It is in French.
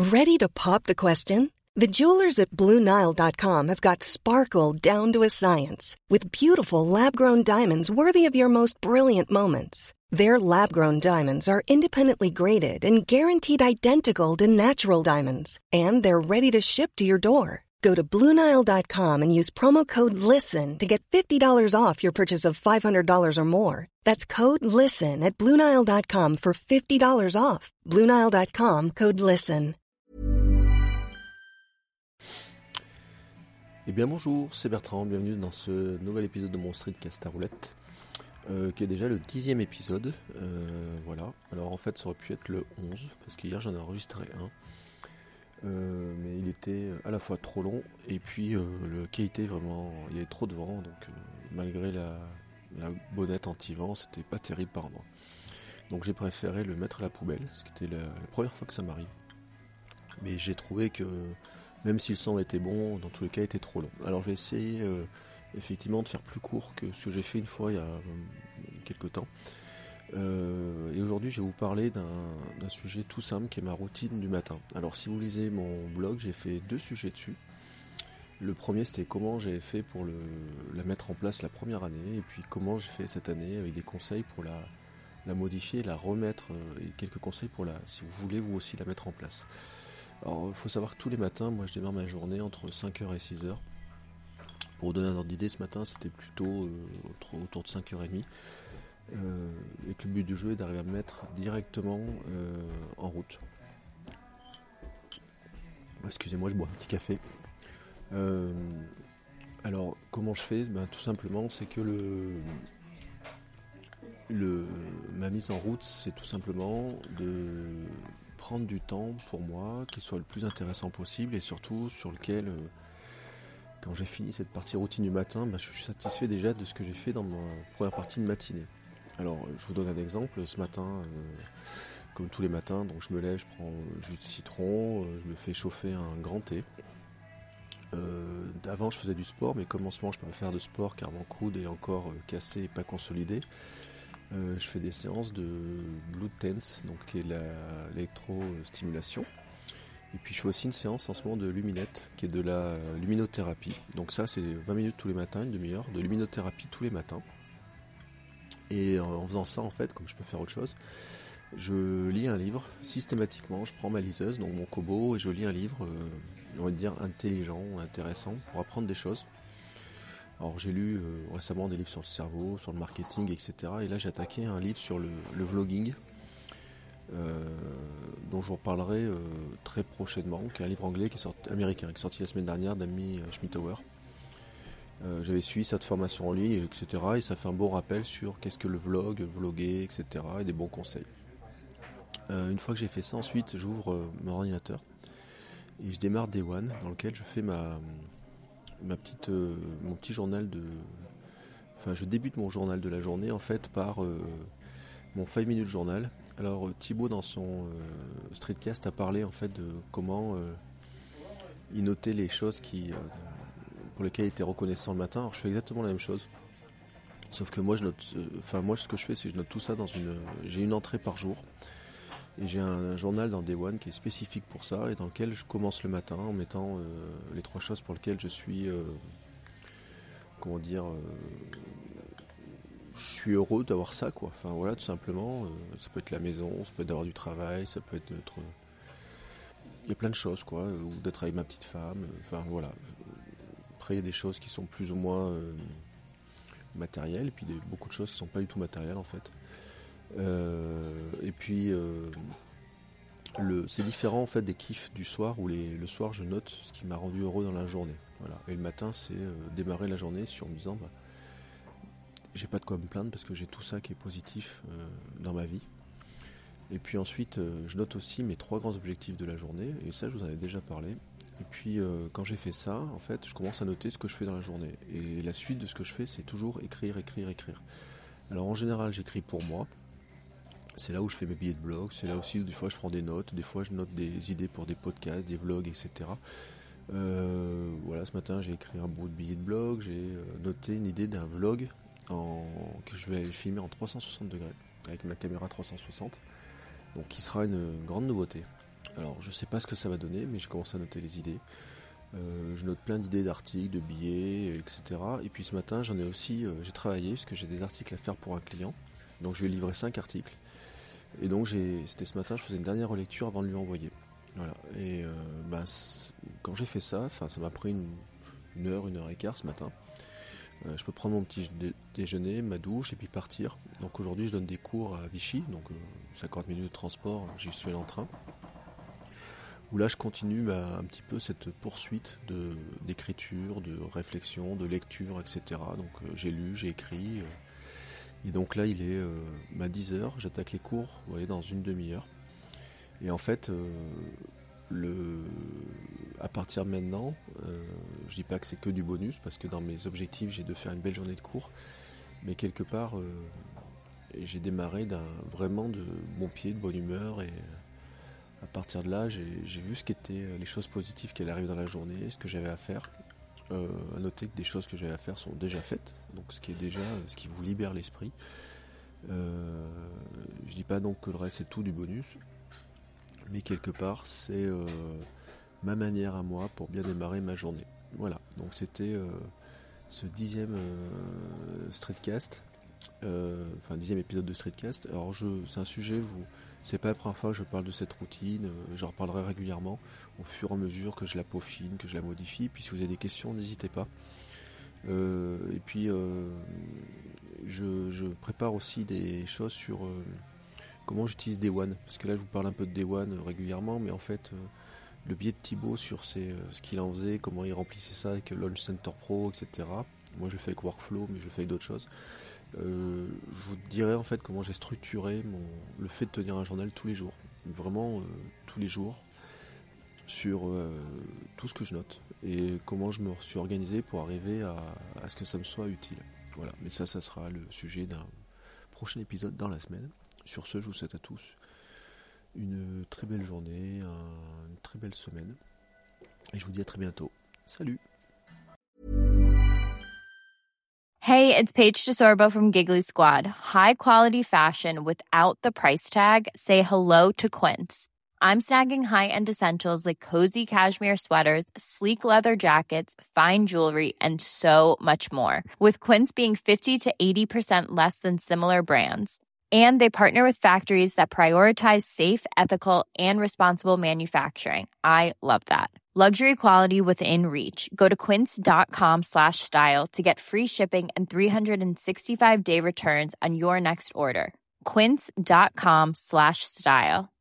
Ready to pop the question? The jewelers at BlueNile.com have got sparkle down to a science with beautiful lab-grown diamonds worthy of your most brilliant moments. Their lab-grown diamonds are independently graded and guaranteed identical to natural diamonds, and they're ready to ship to your door. Go to BlueNile.com and use promo code LISTEN to get $50 off your purchase of $500 or more. That's code LISTEN at BlueNile.com for $50 off. BlueNile.com, code LISTEN. Eh bien bonjour, c'est Bertrand, bienvenue dans ce nouvel épisode de mon streetcast à roulette, qui est déjà le 10e épisode, voilà. Alors en fait ça aurait pu être le 11, parce qu'hier j'en ai enregistré un, mais il était à la fois trop long, et puis le qualité vraiment, il y avait trop de vent, donc malgré la bonnette anti-vent, c'était pas terrible par endroit. Donc j'ai préféré le mettre à la poubelle, ce qui était la première fois que ça m'arrive. Mais j'ai trouvé que même si le son était bon, dans tous les cas, il était trop long. Alors j'ai essayé effectivement de faire plus court que ce que j'ai fait une fois il y a quelques temps. Et aujourd'hui, je vais vous parler d'un sujet tout simple qui est ma routine du matin. Alors si vous lisez mon blog, j'ai fait 2 sujets dessus. Le premier, c'était comment j'ai fait pour la mettre en place la première année, et puis comment j'ai fait cette année avec des conseils pour la modifier, la remettre, et quelques conseils pour si vous voulez vous aussi la mettre en place. Alors, il faut savoir que tous les matins, moi je démarre ma journée entre 5h et 6h. Pour vous donner un ordre d'idée, ce matin c'était plutôt autour de 5h30. Et que le but du jeu est d'arriver à me mettre directement en route. Excusez-moi, je bois un petit café. Alors, comment je fais ? Tout simplement, c'est que ma mise en route, c'est tout simplement de prendre du temps pour moi, qui soit le plus intéressant possible, et surtout sur lequel, quand j'ai fini cette partie routine du matin, je suis satisfait déjà de ce que j'ai fait dans ma première partie de matinée. Alors je vous donne un exemple. Ce matin, comme tous les matins, donc je me lève, je prends jus de citron, je me fais chauffer un grand thé. Avant je faisais du sport, mais comme en ce moment je peux pas faire de sport car mon coude est encore cassé et pas consolidé, je fais des séances de Blue Tense, donc qui est l'électrostimulation. Et puis je fais aussi une séance en ce moment de luminette, qui est de la luminothérapie. Donc ça c'est 20 minutes tous les matins, une demi-heure de luminothérapie tous les matins. Et en faisant ça, en fait, comme je peux faire autre chose, je lis un livre systématiquement. Je prends ma liseuse, donc mon Kobo, et je lis un livre, on va dire intelligent, intéressant, pour apprendre des choses. Alors j'ai lu récemment des livres sur le cerveau, sur le marketing, etc. Et là j'ai attaqué un livre sur le vlogging, dont je vous reparlerai très prochainement, qui est un livre anglais américain, qui est sorti la semaine dernière d'Amy Schmittauer. J'avais suivi cette formation en ligne, etc. Et ça fait un bon rappel sur qu'est-ce que le vlogger, etc. Et des bons conseils. Une fois que j'ai fait ça, ensuite j'ouvre mon ordinateur et je démarre Day One, dans lequel je fais mon petit journal je débute mon journal de la journée en fait par mon 5 minutes journal. Alors Thibaut dans son streetcast a parlé en fait de comment il notait les choses pour lesquelles il était reconnaissant le matin. Alors je fais exactement la même chose, sauf que moi je note, ce que je fais c'est que je note tout ça j'ai une entrée par jour. Et j'ai un journal dans Day One qui est spécifique pour ça et dans lequel je commence le matin en mettant les 3 choses pour lesquelles je suis, je suis heureux d'avoir ça, quoi. Enfin voilà, tout simplement. Ça peut être la maison, ça peut être d'avoir du travail, ça peut être il y a plein de choses, quoi, ou d'être avec ma petite femme. Enfin voilà. Après il y a des choses qui sont plus ou moins matérielles, et puis beaucoup de choses qui sont pas du tout matérielles en fait. Et puis c'est différent en fait des kiffs du soir où le soir je note ce qui m'a rendu heureux dans la journée. Voilà. Et le matin c'est démarrer la journée en me disant j'ai pas de quoi me plaindre parce que j'ai tout ça qui est positif dans ma vie. Et puis ensuite je note aussi mes 3 grands objectifs de la journée, et ça je vous en avais déjà parlé. Et puis quand j'ai fait ça, en fait je commence à noter ce que je fais dans la journée. Et la suite de ce que je fais c'est toujours écrire. Alors en général j'écris pour moi. C'est là où je fais mes billets de blog, c'est là aussi où des fois je prends des notes, des fois je note des idées pour des podcasts, des vlogs, etc. Voilà, ce matin j'ai écrit un bout de billet de blog, j'ai noté une idée d'un vlog que je vais filmer en 360 degrés, avec ma caméra 360, donc qui sera une grande nouveauté. Alors je sais pas ce que ça va donner, mais j'ai commencé à noter les idées. Je note plein d'idées d'articles, de billets, etc. Et puis ce matin j'en ai aussi, j'ai travaillé parce que j'ai des articles à faire pour un client. Donc je vais livrer 5 articles. Et donc c'était ce matin, je faisais une dernière relecture avant de lui envoyer. Voilà. Et quand j'ai fait ça, ça m'a pris une heure et quart ce matin. Je peux prendre mon petit déjeuner, ma douche et puis partir. Donc aujourd'hui je donne des cours à Vichy, donc 50 minutes de transport, j'y suis allé en train. Où là je continue un petit peu cette poursuite d'écriture, de réflexion, de lecture, etc. Donc j'ai lu, j'ai écrit. Et donc là il est 10h, j'attaque les cours, vous voyez, dans une demi-heure. Et en fait, à partir de maintenant, je dis pas que c'est que du bonus, parce que dans mes objectifs j'ai de faire une belle journée de cours, mais quelque part j'ai démarré vraiment de bon pied, de bonne humeur, et à partir de là j'ai vu ce qu'étaient les choses positives qui allaient arriver dans la journée, ce que j'avais à faire. À noter que des choses que j'avais à faire sont déjà faites, donc ce qui vous libère l'esprit. Je dis pas donc que le reste c'est tout du bonus, mais quelque part c'est ma manière à moi pour bien démarrer ma journée. Voilà, donc c'était ce 10e Streetcast, 10e épisode de Streetcast. Alors c'est un sujet, c'est pas la première fois que je parle de cette routine, j'en reparlerai régulièrement au fur et à mesure que je la peaufine, que je la modifie. Puis si vous avez des questions, n'hésitez pas. Et puis je prépare aussi des choses sur comment j'utilise Day One, parce que là je vous parle un peu de Day One régulièrement, mais en fait le biais de Thibaut sur ce qu'il en faisait, comment il remplissait ça avec Launch Center Pro, etc. Moi je fais avec Workflow, mais je fais avec d'autres choses. Je vous dirai en fait comment j'ai structuré le fait de tenir un journal tous les jours, vraiment tous les jours, sur tout ce que je note et comment je me suis organisé pour arriver à ce que ça me soit utile. Voilà, mais ça sera le sujet d'un prochain épisode dans la semaine. Sur ce, je vous souhaite à tous une très belle journée, une très belle semaine, et je vous dis à très bientôt. Salut! Hey, it's Paige DeSorbo from Giggly Squad. High quality fashion without the price tag. Say hello to Quince. I'm snagging high-end essentials like cozy cashmere sweaters, sleek leather jackets, fine jewelry, and so much more. With Quince being 50 to 80% less than similar brands. And they partner with factories that prioritize safe, ethical, and responsible manufacturing. I love that. Luxury quality within reach. Go to quince.com/style to get free shipping and 365-day returns on your next order. Quince.com/style.